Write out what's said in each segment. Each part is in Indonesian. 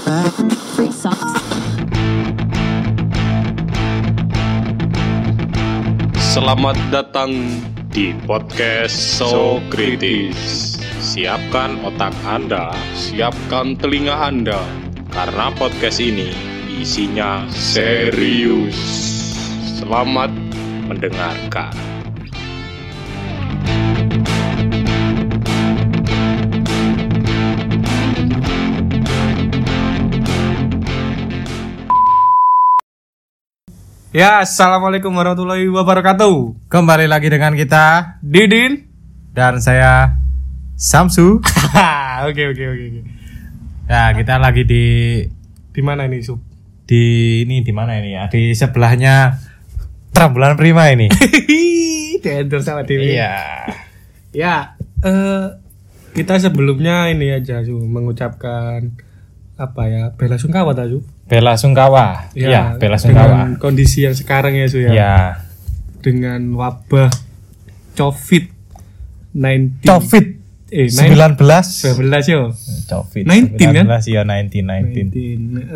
Free socks. Selamat datang di podcast So Kritis. Siapkan otak Anda, siapkan telinga Anda, karena podcast ini isinya serius. Selamat mendengarkan. Ya, assalamualaikum warahmatullahi wabarakatuh. Kembali lagi dengan kita Didin dan saya Samsu. Oke. Ya, kita lagi Di mana ini, Sub? di mana ini ya? Di sebelahnya Trambulan Prima ini. Diendor sama Dewi. Iya. Ya, kita sebelumnya ini aja, Su, mengucapkan bela sungkawa ta, Su? Bela sungkawa. Iya, bela sungkawa. Dengan kondisi yang sekarang ya, Su ya. Iya. Dengan wabah COVID-19. COVID 19. 19 yo. COVID 19 kan? 19 ya 19.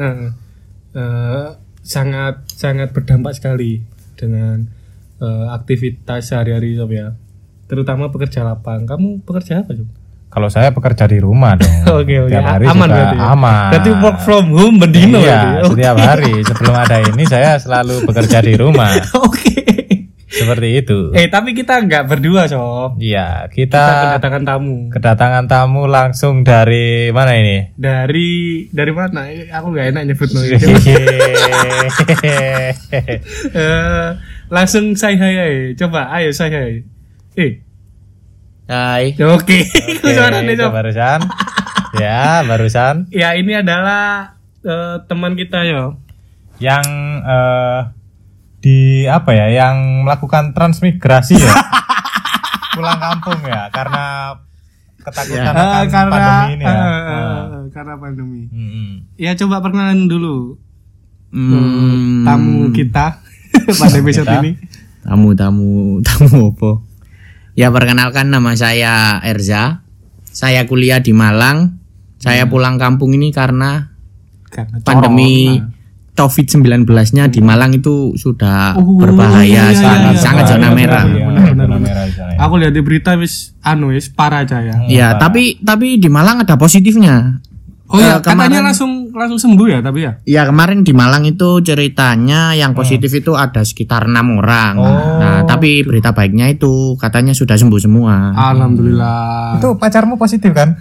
Sangat berdampak sekali dengan aktivitas sehari-hari, Sob ya. Terutama pekerja lapang. Kamu pekerja apa, Sob? Kalau saya bekerja di rumah dong. Oke. Tiap hari Aman juga berarti. Ya? aman. Berarti work from home bendino Iya, berarti. setiap hari sebelum ada ini saya selalu bekerja di rumah. Oke. Seperti itu. Tapi kita enggak berdua, Sob. Iya, Kita kita kedatangan tamu. langsung dari mana ini? Dari mana? Aku enggak enak nyebut namanya. Langsung say hi. Coba ayo say hi. Hai. Oke. Oke, Suaranya, itu Sob. barusan. Ya, barusan Ya, ini adalah teman kita yo. yang yang melakukan transmigrasi ya. Pulang kampung ya, karena ketakutan akan pandemi ini ya. Karena pandemi. Mm-mm. Ya, coba perkenalan dulu tamu kita pada episode Kita. ini. Tamu apa? Ya, perkenalkan, nama saya Erza. Saya kuliah di Malang. Saya pulang kampung ini karena Karena pandemi COVID-19-nya di Malang itu sudah berbahaya, iya. sangat zona merah. Iya, Benar. zona merah di sana ya. Aku lihat di berita wis parah aja ya. Ya, tapi di Malang ada positifnya. Oh ya, kemarin- katanya langsung sembuh ya, tapi ya. Ya, kemarin di Malang itu ceritanya yang positif itu ada sekitar 6 orang. Nah, tapi berita baiknya itu katanya sudah sembuh semua. Alhamdulillah. Itu pacarmu positif kan?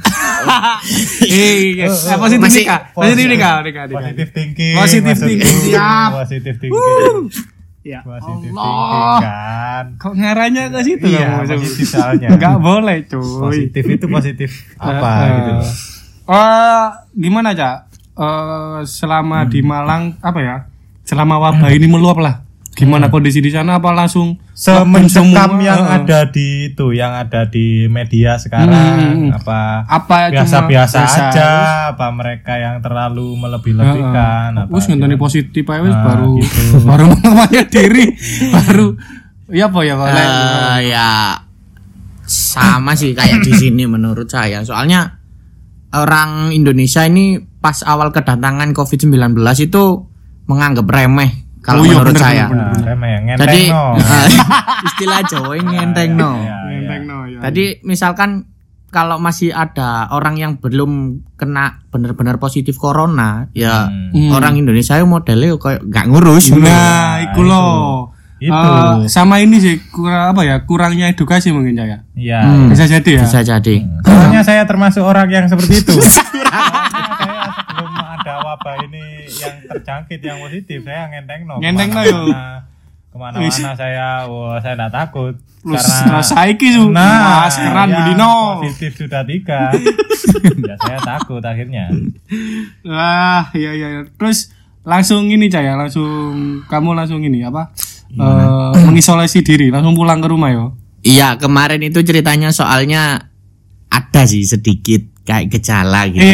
Positif Masih- nikah. Positif nikah. Positif thinking. Positif masuk thinking, dulu. siap. Positif thinking. Ya. Positif Allah. thinking kan. Kok ngaranya ke situ Iya, kamu? positif soalnya. Enggak boleh, cuy. Positif itu positif apa gitu. Gimana, Cak? Selama di Malang selama wabah ini meluap lah. Gimana kondisi di sana, apa langsung Semencekam yang ada di media sekarang apa biasa-biasa aja, apa mereka yang terlalu melebih-lebihkan apa wis ngenteni positif ae wis Nah, baru gitu. baru mengamanya diri baru ya apa ya Pak? Ya sama sih kayak di sini menurut saya. Soalnya orang Indonesia ini pas awal kedatangan COVID-19 itu menganggap remeh kalau menurut saya. Nah, remeh, ngenteng Jadi no. istilah Jawa ngenteng no. Ngentengno ya. Tadi misalkan kalau masih ada orang yang belum kena benar-benar positif corona, ya orang Indonesia itu modelnya kayak nggak ngurus. Nah, iku loh. Itu. Sama ini sih kurangnya edukasi mungkin ya. Iya. Bisa jadi ya. Bisa jadi. Soalnya saya termasuk orang yang seperti itu. Saya sebelum ada wabah ini yang terjangkit yang positif, saya ngenteng no. Ngentengno yo. Kemana-mana saya enggak takut. Plus saiki su. Maskeran ya, bendino. positif sudah 3. Ya saya takut akhirnya. Wah, iya. Terus langsung ini Caya, kamu langsung ini mengisolasi diri, langsung pulang ke rumah yo. Iya, kemarin itu ceritanya soalnya ada sih sedikit kayak gejala gitu.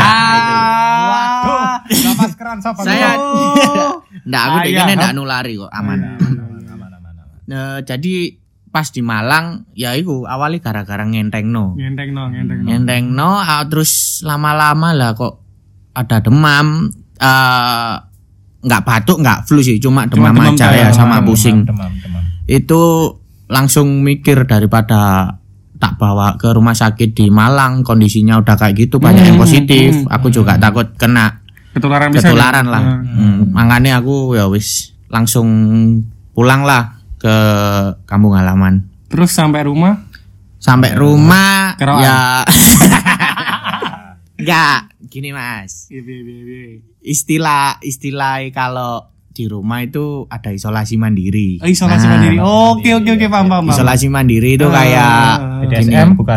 Enggak maskeran sopan. Saya enggak, aku dengarnya enggak nulari kok, aman. Aman. Jadi pas di Malang ya iku awalnya gara-gara ngentengno, Ngentengno. terus lama-lama lah kok ada demam, nggak batuk, nggak flu sih, cuma demam aja ya sama pusing. Demam. Itu langsung mikir daripada tak bawa ke rumah sakit di Malang, kondisinya udah kayak gitu, banyak yang positif. Aku juga takut kena ketularan lah. Makanya aku ya wis langsung pulang lah ke kampung halaman. Terus sampai rumah Keroan. Ya enggak gini Mas. Istilah kalau di rumah itu ada isolasi mandiri. Isolasi mandiri. Oke, paham. Isolasi mandiri itu kayak BDSM bukan.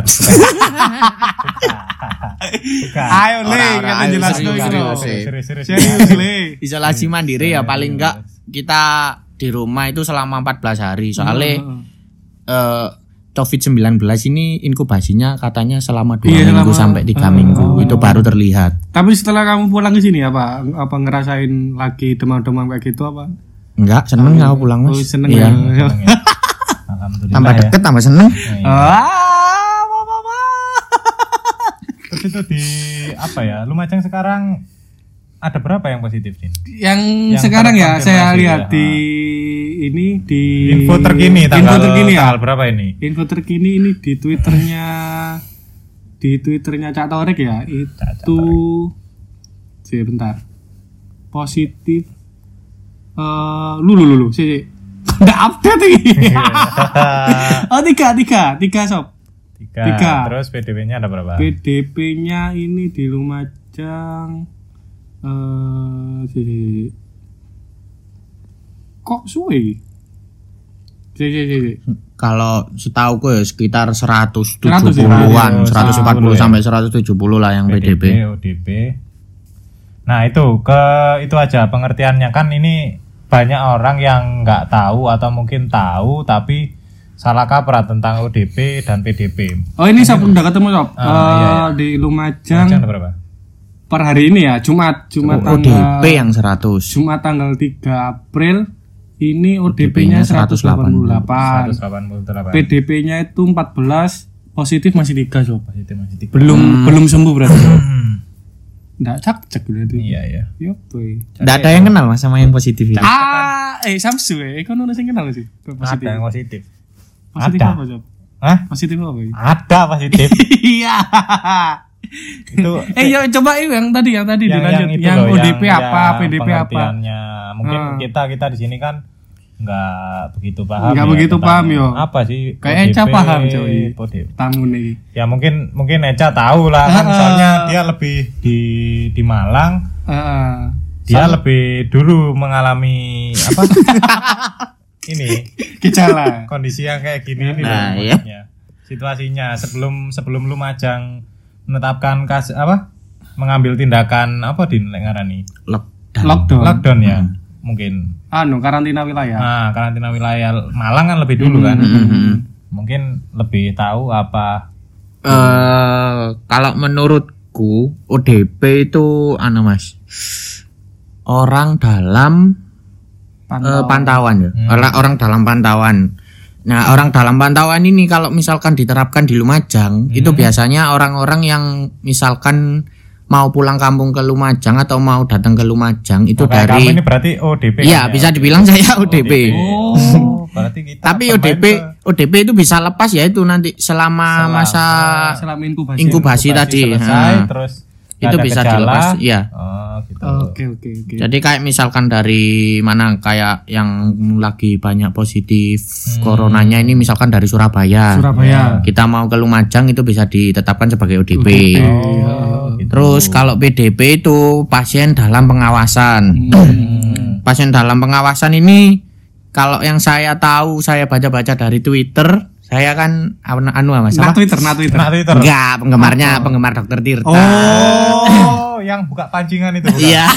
Ayo Le, kita jelaskan itu. Serius Le. Isolasi mandiri ya paling enggak kita di rumah itu selama 14 hari. Soalnya COVID-19 ini inkubasinya katanya selama 2 minggu sampai 3 minggu. Itu baru terlihat. Tapi setelah kamu pulang ke sini apa ngerasain lagi demam-demam kayak gitu apa? Enggak, seneng aku pulang Mas. Seneng ya. Alhamdulillah. Tambah deket tambah seneng. Terus itu di apa ya? Lumajang sekarang ada berapa yang positif, Din? Yang sekarang ya saya lihat di ini di info terkini tanggal ya. Berapa ini? Info terkini ini di Twitternya Cak Torek ya. Itu bentar. Positif lu sih. Enggak update ini. Oh, 3 sob. 3. Terus PDP-nya ada berapa? PDP-nya ini di Lumajang kok suwe? Kalau setauku ya sekitar 170-an, 140 sampai 170 lah yang PDP. ODP. Nah, itu aja pengertiannya kan ini banyak orang yang nggak tahu atau mungkin tahu tapi salah kaprah tentang ODP dan PDP. Oh, ini saya udah ketemu sob. Iya. Di Lumajang ada berapa? Per hari ini ya, Jumat tanggal ODP yang 100. Jumat tanggal 3 April ini ODP-nya 188. PDP-nya itu 14, positif masih 3 sob. Belum sembuh berarti. Nggak cak berarti. Iya. Yoi. Nggak ada yang kenal Mas sama yang positif itu. Samsu kan ada yang kenal sih. Positif. Ada yang positif. Positif ada. apa sob? Hah? Positif apa? Ada positif. Iya. Itu coba yang tadi dilanjut yang ODP apa, PDP apa. Mungkin kita di sini kan nggak begitu paham. Nggak begitu paham yo. Apa sih? Kayak Eca paham coy. Tamu nih. Ya mungkin Eca tahu lah kan soalnya dia lebih di Malang. Dia lebih dulu mengalami apa? Ini gejala. Kondisi yang kayak gini ini iya. Situasinya sebelum Lumajang menetapkan mengambil tindakan apa di ngarani lockdown ya mungkin karantina wilayah. Karantina wilayah Malang kan lebih dulu kan. Mungkin lebih tahu apa. Kalau menurutku ODP itu Mas, orang dalam pantauan ya. Orang dalam pantauan. Nah, orang dalam pantauan ini kalau misalkan diterapkan di Lumajang, itu biasanya orang-orang yang misalkan mau pulang kampung ke Lumajang atau mau datang ke Lumajang itu dari kamu ini berarti ODP. Iya, bisa dibilang saya ODP. Oh, berarti kita tapi ODP itu bisa lepas ya itu nanti selama inkubasi tadi. Selesai, terus itu bisa dilepas, iya. Oh, gitu. Oke. Jadi kayak misalkan dari mana kayak yang lagi banyak positif coronanya ini misalkan dari Surabaya. Kita mau ke Lumajang itu bisa ditetapkan sebagai ODP. Gitu. Terus kalau PDP itu pasien dalam pengawasan. Pasien dalam pengawasan ini kalau yang saya tahu, saya baca-baca dari Twitter, saya kan Mas apa? Twitter. Enggak, penggemar Dokter Tirta. Oh, yang buka pancingan itu bukan? Iya.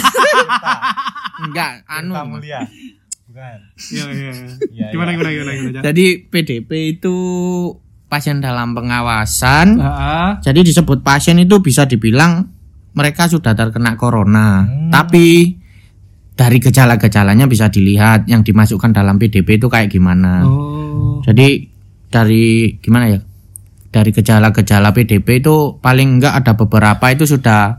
Enggak, mulia. Bukan. Iya. Gimana? Jadi PDP itu pasien dalam pengawasan. Jadi disebut pasien itu bisa dibilang mereka sudah terkena corona. Tapi dari gejala-gejalanya bisa dilihat yang dimasukkan dalam PDP itu kayak gimana. Jadi dari gimana ya? Dari gejala-gejala PDP itu paling enggak ada beberapa itu sudah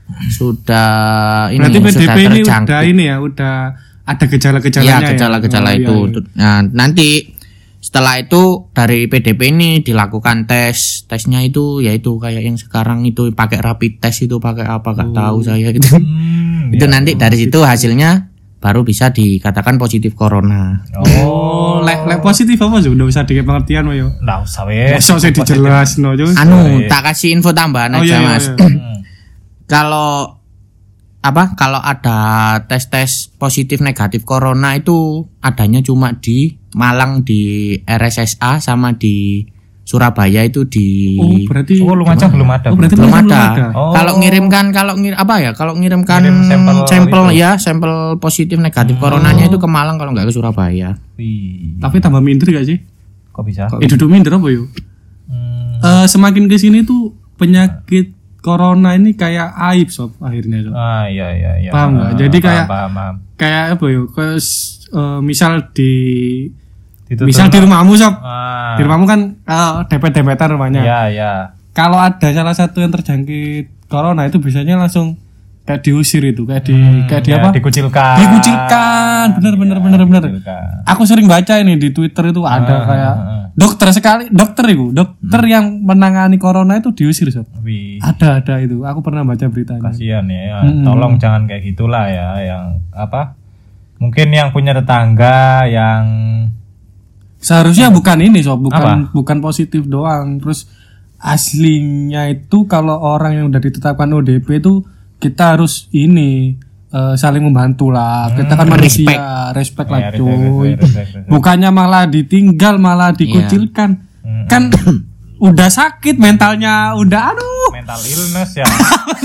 ini Berarti PDP sudah ini terjangkit. udah ini ya, udah ada gejala-gejalanya Ya, gejala-gejala Oh, itu. iya. Nah, nanti setelah itu dari PDP ini dilakukan tesnya itu yaitu kayak yang sekarang itu pakai rapid test itu pakai apa nggak tahu saya itu. Itu nanti dari situ hasilnya baru bisa dikatakan positif corona. Oh, lek positif apa sih? Udah bisa dikasih pengertian Mas yo. Nggak usah wes. Masa saya dijelas no, Jus. Tak kasih info tambahan Oh, aja iya, Mas. iya. Kalau ada tes positif negatif corona itu adanya cuma di Malang di RSSA sama di Surabaya itu di Oh, berarti Lumajang belum ada. Oh, berarti belum belum ada. Oh. Kalau ngirimkan Ngirim sampel itu. ya sampel positif negatif coronanya itu ke Malang kalau nggak ke Surabaya. Wih, Tapi tambah minder gak sih? kok bisa? Duduk minder apa yo? Semakin ke sini tuh penyakit corona ini kayak aib sob akhirnya sob. Ah, iya. Paham nggak? Jadi kayak paham. kayak apa yo? Misal Ditutup. misal di rumahmu sob. Ah, Di rumahmu kan dempet-dempetan rumahnya. ya. Kalau ada salah satu yang terjangkit corona itu biasanya langsung kayak diusir itu, kayak di apa? Dikucilkan. Dikucilkan. Bener. Dikucilkan. Aku sering baca ini di Twitter itu ada kayak dokter yang menangani corona itu diusir sob. Wih, Ada itu. Aku pernah baca beritanya. kasihan ya. Tolong jangan kayak gitulah ya, yang apa? Mungkin yang punya tetangga yang Seharusnya bukan ini sob, Apa? bukan positif doang. Terus aslinya itu kalau orang yang udah ditetapkan ODP itu kita harus ini saling membantu lah. Kita kan manusia, respect lah Ya, cuy. respect. Bukannya malah ditinggal, malah dikucilkan. Kan udah sakit mentalnya, udah aduh. mental illness ya.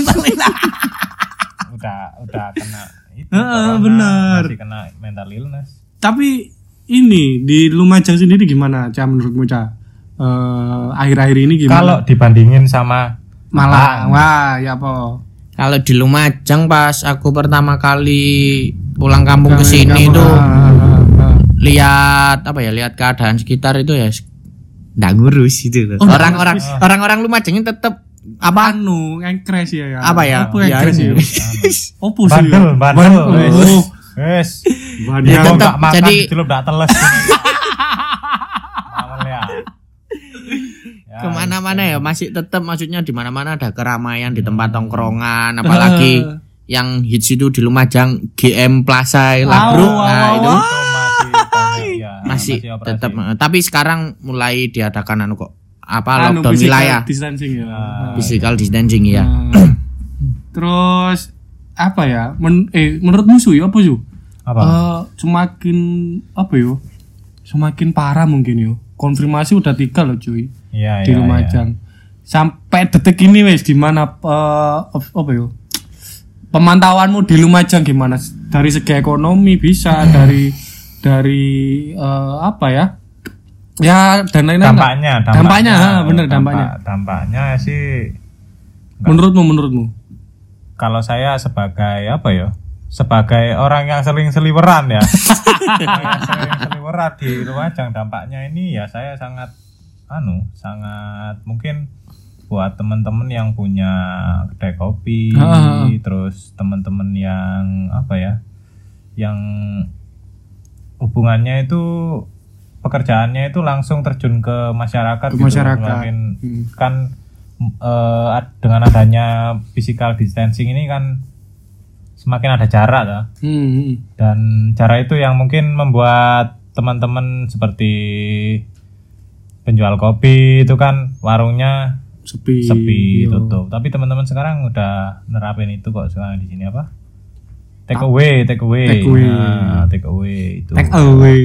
udah kena itu. corona, benar. Masih kena mental illness. Tapi ini di Lumajang sendiri gimana, Ca, menurutmu, Ca? Akhir-akhir ini gimana? Kalau dibandingin sama Malang, wah ya apa? Kalau di Lumajang pas aku pertama kali pulang kampung ke sini itu lihat keadaan sekitar itu ya nggak ngurus itu loh. Orang-orang Lumajang ini tetap apa engkres ya. apa ya? Apa engkres ya? Opo sih? bandel. Oh. Wes. Ya, Kalau tetap, nggak makan jadi- celup nggak teles. Ngawel ya. kemana-mana ya masih tetap maksudnya di mana-mana ada keramaian di tempat tongkrongan apalagi yang hits itu di Lumajang GM Plaza lah bro. Nah, itu masih operasi. tetap tapi sekarang mulai diadakan lockdown physical wilayah distancing ya. physical distancing ya. Terus apa ya? Menurutmu Su, ya apa Su? Apa? Semakin apa yo? Semakin parah mungkin yo. Konfirmasi udah 3 loh cuy Iya, di Lumajang. Sampai detik ini wes gimana apa yo? Pemantauanmu di Lumajang gimana? Dari segi ekonomi bisa dari apa ya? Ya dan lain-lain. Dampaknya, bener dampaknya. Dampaknya sih Menurutmu? kalau saya sebagai apa ya? Sebagai orang yang sering seliweran ya. Yang sering seliweran di Lumajang, dampaknya ini ya saya sangat mungkin buat teman-teman yang punya kedai kopi, terus teman-teman yang apa ya? Yang hubungannya itu pekerjaannya itu langsung terjun ke masyarakat gitu. Semakin kan dengan adanya physical distancing ini kan semakin ada jarak lah. Dan jarak itu yang mungkin membuat teman-teman seperti penjual kopi itu kan warungnya sepi tutup. Tapi teman-teman sekarang udah nerapin itu kok sekarang di sini apa? Take away. Nah, take away itu. Take away.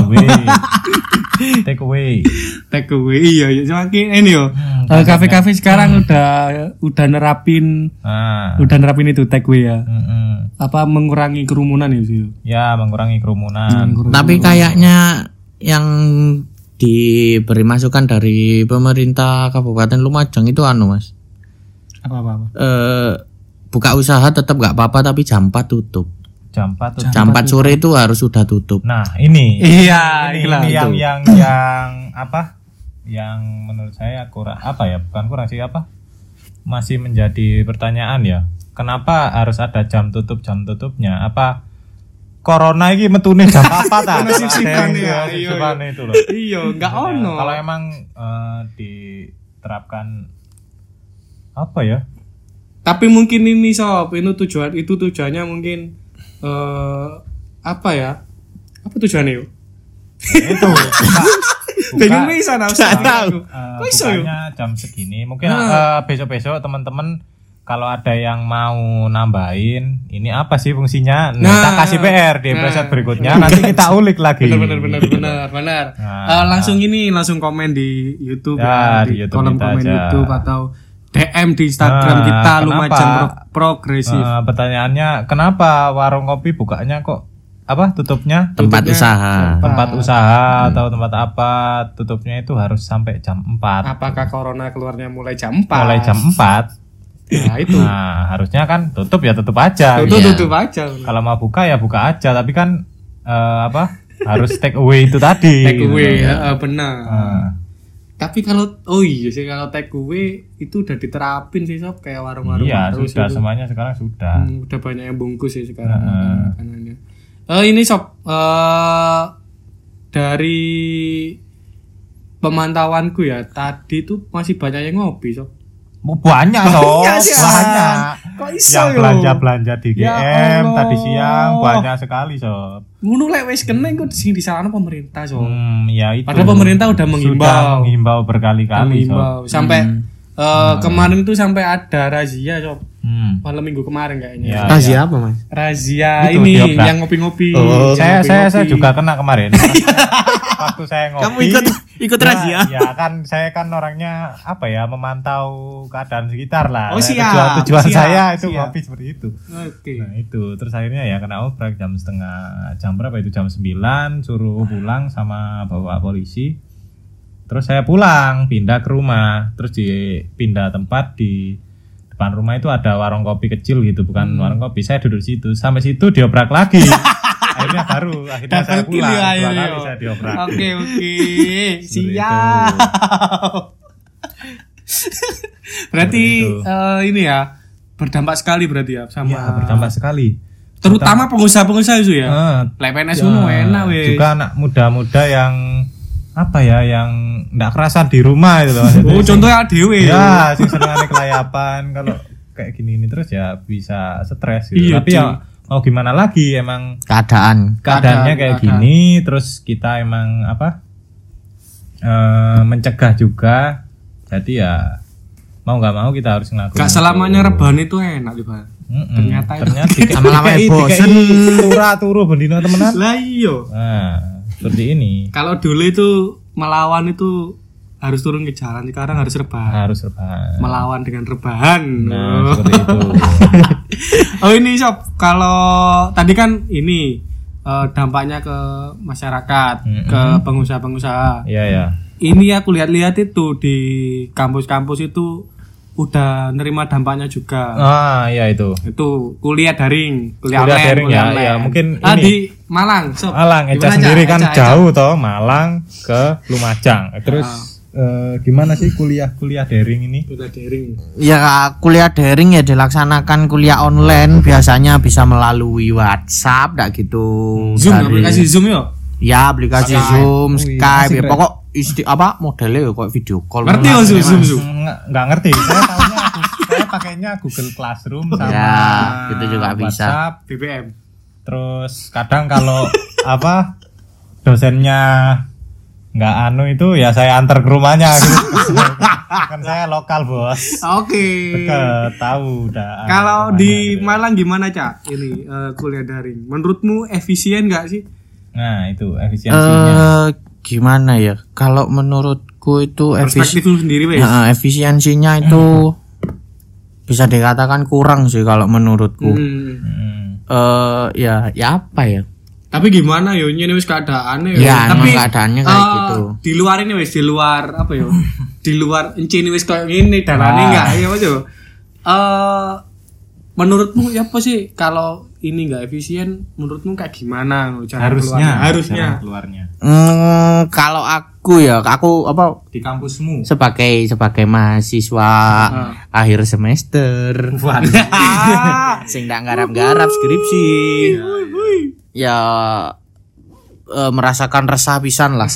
Take away. Iya, semakin ini yo. Kafe-kafe sekarang udah nerapin itu take away ya. Apa mengurangi kerumunan ya sih? Ya, mengurangi kerumunan. Tapi kayaknya yang diberi masukan dari pemerintah Kabupaten Lumajang itu Mas. Apa? Buka usaha tetap nggak apa-apa tapi jam 4 tutup. Jam 4 sore itu harus sudah tutup. Nah, ini yang apa? Yang menurut saya kurang apa ya? Bukan kurang sih apa? Masih menjadi pertanyaan ya. kenapa harus ada jam tutupnya? Apa corona iki metune jam 4 ta? Sip-sipan ya, Sip-sipan itu loh. Iya, enggak ono. Kalau emang diterapkan apa ya? Tapi mungkin ini sob, itu tujuannya mungkin apa ya? Apa tujuannya yuk? Itu Bingung bisa tahu. Kok iso yo? Jam segini. Mungkin besok-besok teman-teman kalau ada yang mau nambahin, ini apa sih fungsinya? Kita kasih PR di episode berikutnya. Nanti kita ulik lagi. Benar. Langsung komen di YouTube ya, di YouTube kolom komen aja. YouTube atau DM di Instagram kita Lumajang Progresif. Pertanyaannya, kenapa warung kopi bukanya kok tutupnya? Tempat usaha. Tempat usaha atau tempat apa tutupnya itu harus sampai jam 4. Apakah corona keluarnya mulai jam 4? Mulai jam 4. Nah, itu. Nah, harusnya kan tutup ya tutup aja. Tutup aja. Kalau mau buka ya buka aja, tapi kan harus take away itu tadi. Take away, benar. Tapi kalau kalau take away itu udah diterapin sih sob, kayak warung-warung. Iya, sudah itu. Semuanya sekarang sudah. Udah banyak yang bungkus sih sekarang makanannya. Ini sob, dari pemantauanku ya, tadi tuh masih banyak yang ngopi sob. Banyak sob, banyak. Kok iso yang belanja di GM tadi siang banyak sekali sob. Ngono lek wis kena kok sing disalahno pemerintah sob. Ya itu. Padahal pemerintah udah menghimbau berkali-kali sob. Sampai kemarin itu sampai ada razia sob. Malam minggu kemarin kayaknya. Ya, razia apa mas? Razia itu, ini diobrak. yang ngopi-ngopi. Saya juga kena kemarin. Waktu saya ngopi. Kamu ikut razia? Ya kan saya kan orangnya memantau keadaan sekitar lah. siap. Tujuan saya itu ngopi seperti itu. Oke. Nah itu terus akhirnya ya kena obrak jam berapa itu jam 9 suruh pulang sama bawa polisi. Terus saya pulang pindah ke rumah, terus dipindah tempat di depan rumah itu ada warung kopi kecil gitu, bukan warung kopi. Saya duduk situ, sampai situ diobrak lagi. akhirnya saya pulang. Dua kali saya diobrak. Oke. Siap. Berarti ini ya berdampak sekali berarti ya sama. Ya, berdampak sekali. Terutama pengusaha-pengusaha itu ya. PNS ngono enak weh. Juga anak muda-muda yang yang enggak kerasan di rumah itu loh. Contohnya dhewe. Ya, sing senengane kelayapan. Kalau kayak gini ini terus ya bisa stres gitu. Iya, tapi ya mau gimana lagi, emang keadaannya kayak gini, terus kita emang mencegah juga. Jadi ya mau nggak mau kita harus ngelakuin. Gak selamanya rebahan itu enak juga. Ternyata lama-lama bosen turu bendino temenan. Lah iya. Nah, seperti ini. Kalau dulu itu melawan itu harus turun ke jalan, sekarang harus rebahan. Melawan dengan rebahan. Nah, seperti itu. Ini sob, kalau tadi kan ini dampaknya ke masyarakat, ke pengusaha-pengusaha. Iya. Ini aku lihat-lihat itu di kampus-kampus itu udah nerima dampaknya juga. Iya itu. Itu kuliah daring, kuliah daring ya, mungkin ini. Di Malang, sob. Malang, Eca sendiri kan jauh toh, Malang ke Lumajang. Terus gimana sih kuliah daring ini? Kuliah daring. Ya kuliah daring ya dilaksanakan kuliah online, biasanya bisa melalui WhatsApp gitu. Aplikasi Zoom yo. Ya aplikasi Zoom, Skype, ya pokok modelnya kayak video call. Ngerti ya Zoom? Enggak ngerti. Saya pakainya Google Classroom sama itu juga bisa. WhatsApp, BBM. Terus kadang kalau dosennya nggak itu ya saya antar ke rumahnya gitu. Kan saya lokal bos. Oke. Deket, tahu dah. Kalau di Malang gimana Cak? Ini kuliah daring. Menurutmu efisien nggak sih? Nah itu efisiensinya. Gimana ya? Kalau menurutku itu perspektif lu sendiri wes. Efisiensinya itu bisa dikatakan kurang sih kalau menurutku. Ya apa ya? Tapi gimana yo ini wis keadaannya ya. Tapi keadaannya kayak gitu. Di luar ini wis, di luar apa yo? Di luar ini wis kayak gini danane enggak ya Mas yo. Menurutmu ya apa sih kalau ini enggak efisien, menurutmu kayak gimana cara harusnya keluarnya? keluarnya. Kalau kampusku ya, aku apa di kampusmu. sebagai mahasiswa akhir semester. Sing ndak garap-garap skripsi. Ya merasakan resah pisan lah.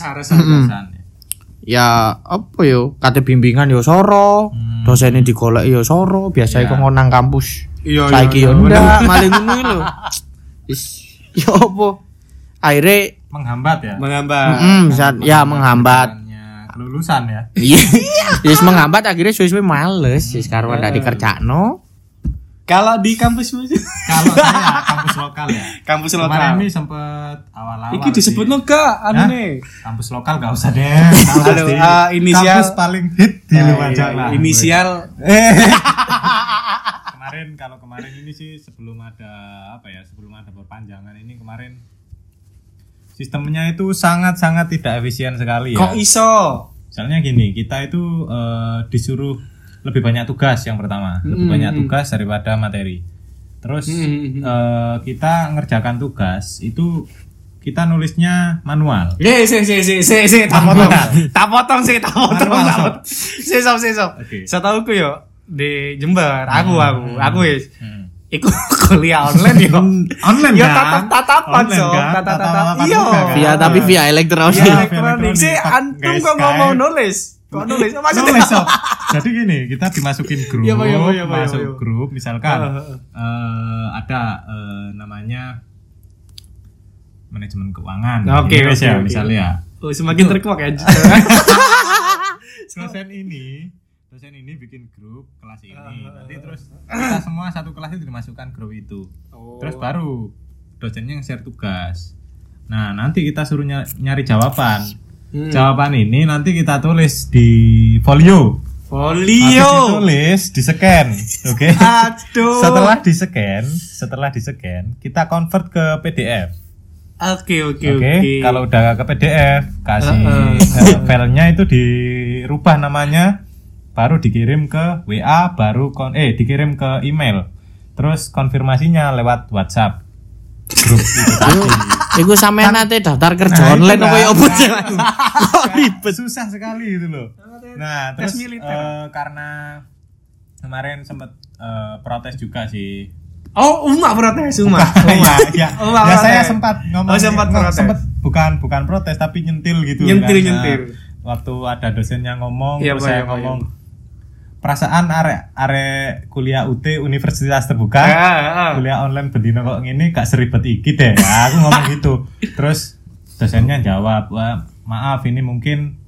Ya apa yo kate bimbingan yo soro, dosennya digoleki yo soro, biasa iku ngonang kampus. Saiki yo ndak maling ngono lho. Wis yo apa? Akhirnya Menghambat ya. Ya menghambat kelulusan ya. Iya. Wis menghambat akhirnya suwe-suwe males, wis karo ndak dikerjakno. Kalau di kampusmu sih? Kalau saya kampus lokal ya. Kampus lokal. Kemarin ini sempet awal-awal. Iki disebutno gak anu nih? Kampus lokal gak usah deh. Inisial kampus paling hit di Lumajang lah. Inisial. Kemarin ini sih sebelum ada perpanjangan ini kemarin sistemnya itu sangat-sangat tidak efisien sekali ya. Kok iso? Misalnya gini, kita itu disuruh lebih banyak tugas yang pertama, lebih banyak tugas daripada materi. Terus kita ngerjakan tugas itu kita nulisnya manual. Tak potong. Sesop. Oke. Setauku yo di Jember, aku wis. Iku kuliah online yo. Online yo kan? tatapan so. Iya. Via tapi via elektronik. Elektronik sih antum kok ngomong nulis. Kok nulis maksudnya? Jadi gini, kita dimasukin grup, masuk grup misalkan ada namanya manajemen keuangan. Oke. Misalnya. Oh, semakin terkuak ya. Dosen ini bikin grup kelas ini. Nanti terus kita semua satu kelas itu dimasukkan grup itu. Terus baru dosennya yang share tugas. Nah, nanti kita suruh nyari jawaban. Jawaban ini nanti kita tulis di folio. Habis ditulis, di-scan. Oke. Aduh. Setelah di-scan, kita convert ke PDF. Oke. Kalau udah ke PDF, kasih filenya itu dirubah namanya, baru dikirim ke WA, dikirim ke email. Terus konfirmasinya lewat WhatsApp. Grup itu tadi. Iku sampean nate daftar kerja online apa ya opo sih? Ribet, susah sekali itu loh. Nah, terus karena kemarin sempat protes juga sih. Oh, protes. Ya saya sempat ngomong. Sempat bukan protes tapi nyentil gitu. Nyentil. Waktu ada dosennya ngomong, terus saya ngomong. Perasaan arek kuliah UT Universitas Terbuka, kuliah online bendino kok ngene gak seribet iki deh. Aku ngomong gitu. Terus dosennya jawab, maaf ini mungkin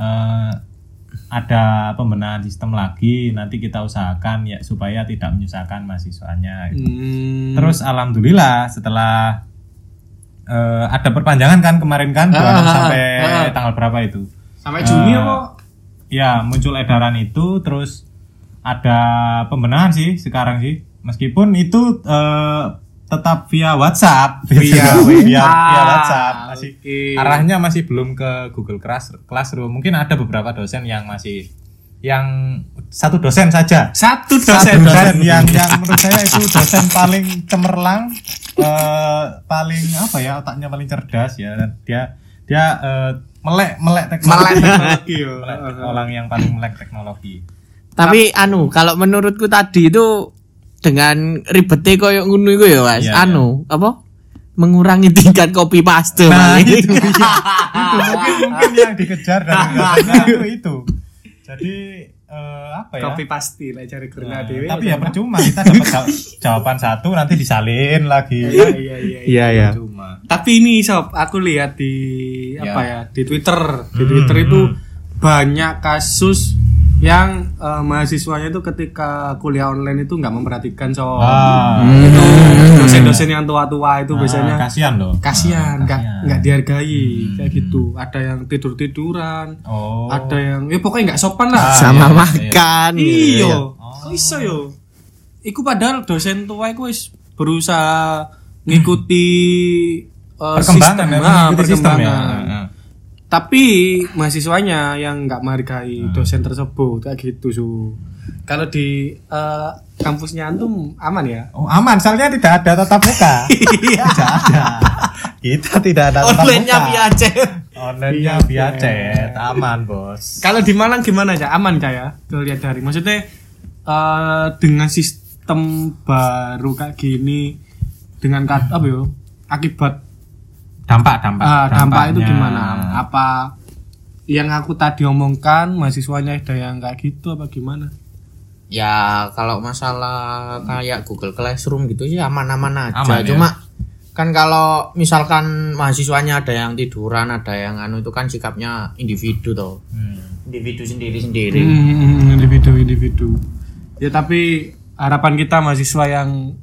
ada pembenahan sistem lagi, nanti kita usahakan ya supaya tidak menyusahkan mahasiswanya. Terus alhamdulillah setelah ada perpanjangan kan kemarin kan sampai tanggal berapa itu? Sampai Juni apa? Ya muncul edaran itu, terus ada pembenahan sih sekarang sih, meskipun itu tetap via WhatsApp, via WhatsApp masih arahnya masih belum ke Google Classroom. Mungkin ada beberapa dosen yang masih satu dosen saja. Satu dosen yang menurut saya itu dosen paling cemerlang, paling apa ya, otaknya paling cerdas ya, dan dia melek teknologi. Orang yang paling melek teknologi. Tapi kalau menurutku tadi itu dengan ribetnya koyo ngono iku ya, Mas. Mengurangi tingkat copy paste. Nah, itu mungkin yang dikejar dan itu. Jadi copy paste lah cari kerja dewe. Tapi ya percuma, kita dapat jawaban satu nanti disalin lagi. Iya. Tapi ini sob, aku lihat di di Twitter. Di Twitter itu banyak kasus yang mahasiswanya itu ketika kuliah online itu nggak memperhatikan itu dosen-dosen yang tua-tua itu biasanya kasihan nggak dihargai kayak gitu. Ada yang tidur-tiduran, ada yang pokoknya nggak sopan lah sama makan. Iyo iso yo iku padahal dosen tua iku wis berusaha ngikuti perkembangan. Tapi mahasiswanya yang nggak menghargai dosen tersebut kayak gitu. Kalau di kampusnya antum aman ya? Oh, aman, soalnya tidak ada tatap muka. Tidak ada. Kita tidak ada tatap muka. Online-nya via chat. Online-nya via chat, aman, Bos. Kalau di Malang gimana ya? Aman ya? Lihat dari maksudnya dengan sistem baru kayak gini dengan apa yo? Akibat Dampak itu gimana? Apa yang aku tadi omongkan mahasiswanya ada yang kayak gitu apa gimana? Ya kalau masalah kayak Google Classroom gitu sih aman-aman aja. Aman, Cuma kan kalau misalkan mahasiswanya ada yang tiduran, ada yang itu kan sikapnya individu toh. Individu sendiri-sendiri. Individu. Ya tapi harapan kita mahasiswa yang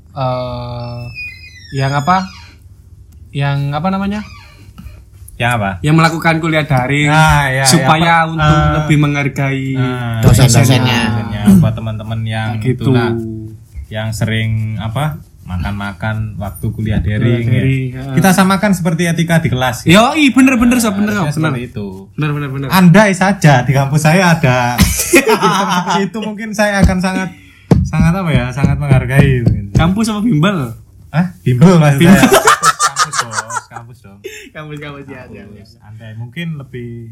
apa namanya? Yang apa? Yang melakukan kuliah daring supaya untuk lebih menghargai dosen-dosennya. Buat teman-teman yang gitu. Itulah, yang sering makan waktu kuliah daring ya. Kita samakan seperti etika di kelas. Ya. Yoi, bener sob. Seperti itu. Bener. Andai saja di kampus saya ada seperti itu, mungkin saya akan sangat sangat menghargai. Kampus apa bimbel? Bimbel maksud saya. Kampus dong. Kampus ya. Andai mungkin lebih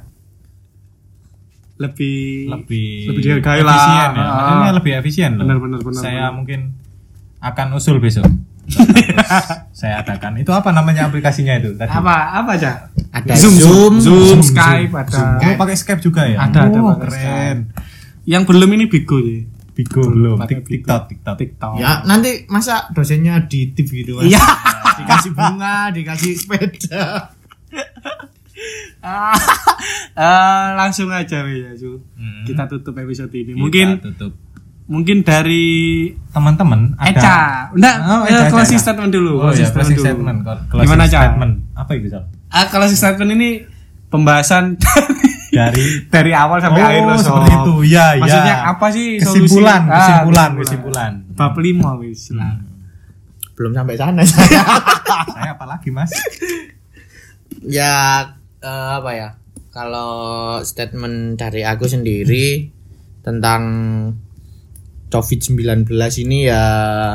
lebih dihargai lah. Efisien ya. Maksudnya lebih efisien loh. Bener. Saya mungkin akan usul besok. Saya adakan. Itu apa namanya aplikasinya itu tadi? Apa aja? Ada Zoom, Skype, ada. Oh, pakai Skype juga ya? Ada keren. Yang belum ini Bigo sih. Bigo belum. TikTok. Ya, nanti masa dosennya di tip gitu Mas. Iya. Dikasih bunga, dikasih sepeda. Langsung aja ya, Ju. Kita tutup episode ini. Tutup. Mungkin dari teman-teman ada Eca. Enggak, closing Eca. statement dulu. Closing statement. Gimana, Ca? Apa itu, Sal? Closing statement ini pembahasan dari awal sampai akhir loh. Seperti itu. Ya. Maksudnya apa sih kesimpulan? Bab 5 wis lah. Belum sampai sana saya. Saya apalagi, Mas? Ya kalau statement dari aku sendiri tentang COVID-19 ini ya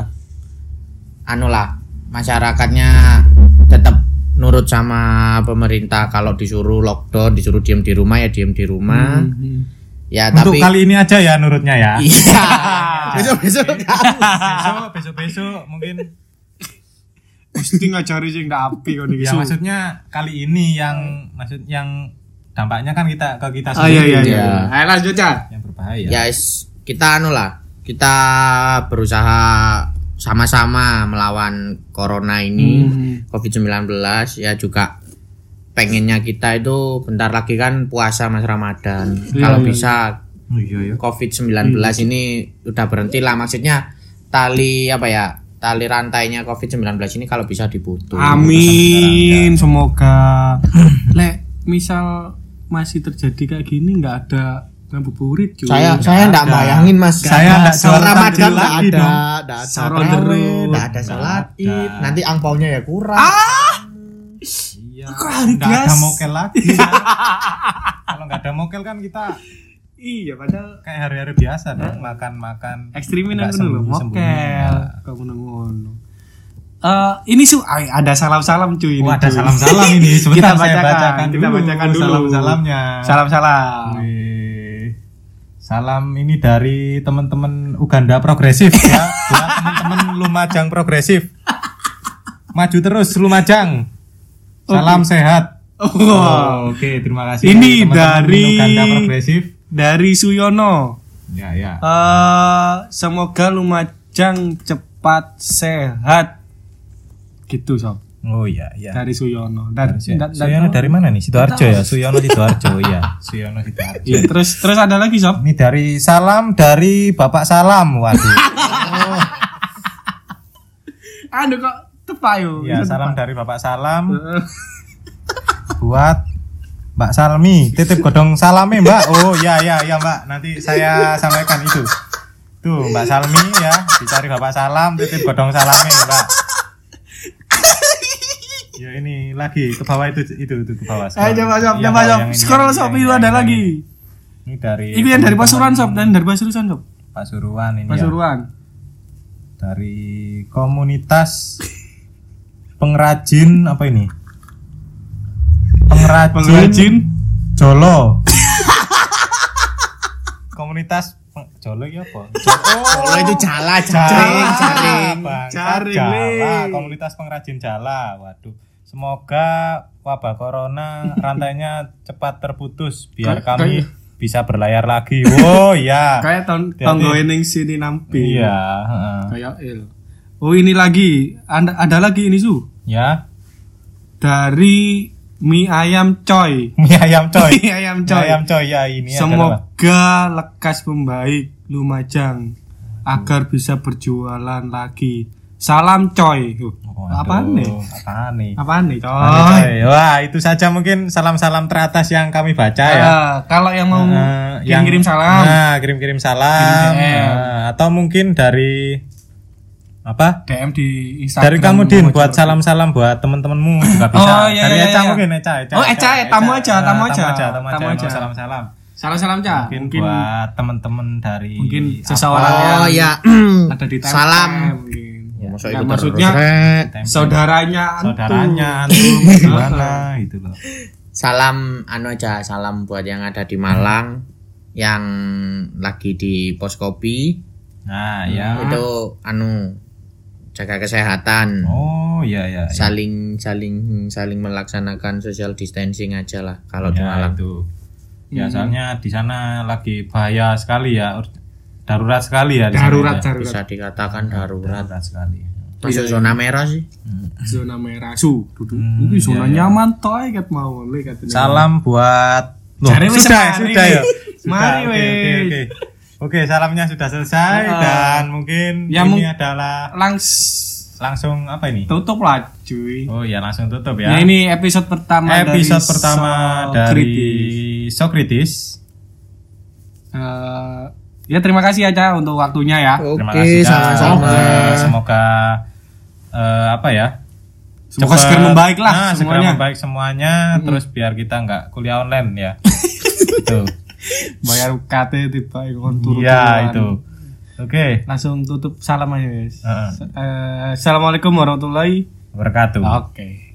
masyarakatnya tetap nurut sama pemerintah. Kalau disuruh lockdown, disuruh diam di rumah ya diam di rumah. Ya untuk tapi kali ini aja ya nurutnya ya. Iya. Besok mungkin mesti ngajari sing ndak api kon iki. Ya maksudnya kali ini yang dampaknya kan kita sendiri. Iya. Ayo lanjut ya. Yang berbahaya. Ya kita berusaha sama-sama melawan corona ini, COVID-19 ya juga pengennya kita itu bentar lagi kan puasa Mas Ramadan. Kalau bisa COVID-19 ini udah berhenti lah, maksudnya tali rantainya COVID-19 ini kalau bisa diputus. Amin, semoga. Lek misal masih terjadi kayak gini nggak ada ngabuburit juga. Saya enggak bayangin Mas. Saya enggak sholat Ramadan enggak ada. Enggak ada sholat Id. Nanti angpaonya ya kurang. Iya. Kok hari Enggak biasa? ada mokel lagi. Kalau enggak ada mokel kan kita Iya, padahal kayak hari-hari biasa dong, makan ekstrimin nggak aku dulu sembunyi-sembunyi. mokel. Kok ngono. Ini ada salam-salam cuy. Ada salam-salam ini. Sebentar saya bacakan Kita dulu. bacakan dulu Salam-salamnya. Salam-salam. Salam ini dari teman-teman Uganda progresif ya. Buat teman-teman Lumajang progresif. Maju terus Lumajang. Salam sehat. Oke, terima kasih. Ini teman-teman dari Uganda progresif. Dari Suyono. Ya. Semoga Lumajang cepat sehat. Gitu, Sob. Oh iya. Dari Suyono. Suyono dari mana nih? Sidoarjo ya? Suyono Sidoarjo ya. Suyono Sidoarjo. Ya, terus ada lagi, Sob. Ini dari salam dari Bapak Salam. Waduh. Aduh kok tepak yo. Ya, salam dari Bapak Salam. Buat Mbak Salmi, titip godong salame, Mbak. Oh, ya, Mbak. Nanti saya sampaikan itu. Tuh, Mbak Salmi ya, dicari Bapak Salam, titip godong salame, Mbak. Ya ini lagi ke bawah itu ke bawah. Ayo coba Sob. Scroll Sob, itu ada lagi. Ini dari Itu yang dari Pasuruan Sob, dan dari Pasuruan Sob. Pasuruan ini Pasuruan. ya. Dari komunitas pengrajin apa ini? pengrajin Jolo. Komunitas Jolo ya apa? Jolo itu jala, jaring. Jala, komunitas pengrajin jala. Waduh. Semoga wabah corona rantainya cepat terputus biar kami bisa berlayar lagi. Oh iya. Kayak tonggo ning sini nampi. Iya, Kayak Oh ini lagi, ada lagi ini Su. Ya. Dari mie ayam coy. Mie ayam coy. Mie ayam coy. Mie ayam coy ya ini adalah. Semoga lekas membaik Lumajang agar bisa berjualan lagi. Salam coy. Apaan nih? Apaan nih coy? Wah, itu saja mungkin salam-salam teratas yang kami baca ya. Kalau yang mau kirim salam. Nah, kirim-kirim salam. Atau mungkin dari apa? DM di Instagram. Dari kamu Din buat salam-salam buat teman-temanmu juga bisa. Oh, iya, dari iya, Eca iya. mungkin Eca. Tamu aja. Tamu aja. Salam-salam. Salam-salam Ca. Mungkin buat teman-teman dari mungkin apa? seseorang yang ada di tempat. Salam. Ya, maksudnya saudaranya antum gimana gitu loh. Salam aja, salam buat yang ada di Malang yang lagi di pos kopi. Nah, ya. Itu jaga kesehatan. Oh, iya. Saling melaksanakan social distancing aja lah kalau di Ya, Malang. itu. Ya, soalnya di sana lagi bahaya sekali ya. Darurat sekali ya di sana. Darurat. Bisa dikatakan darurat sekali. Masuk zona merah sih. Zona merah duduk. Ini zona nyaman toy kat mau katanya. Salam buat sudah ya. Mari Oke, salamnya sudah selesai dan mungkin ya, ini adalah langsung apa ini? Tutup lah cuy. Oh ya, langsung tutup ya. Ya ini episode pertama dari Sokritis. Ya terima kasih aja untuk waktunya ya. Terima kasih sama-sama. Semoga Semoga segera membaik lah semuanya. Segera membaik semuanya. Terus biar kita nggak kuliah online ya. Itu. Bayar UKT tiba turun. Iya itu. Oke. Langsung tutup salam aja guys. Assalamualaikum warahmatullahi wabarakatuh. Oke.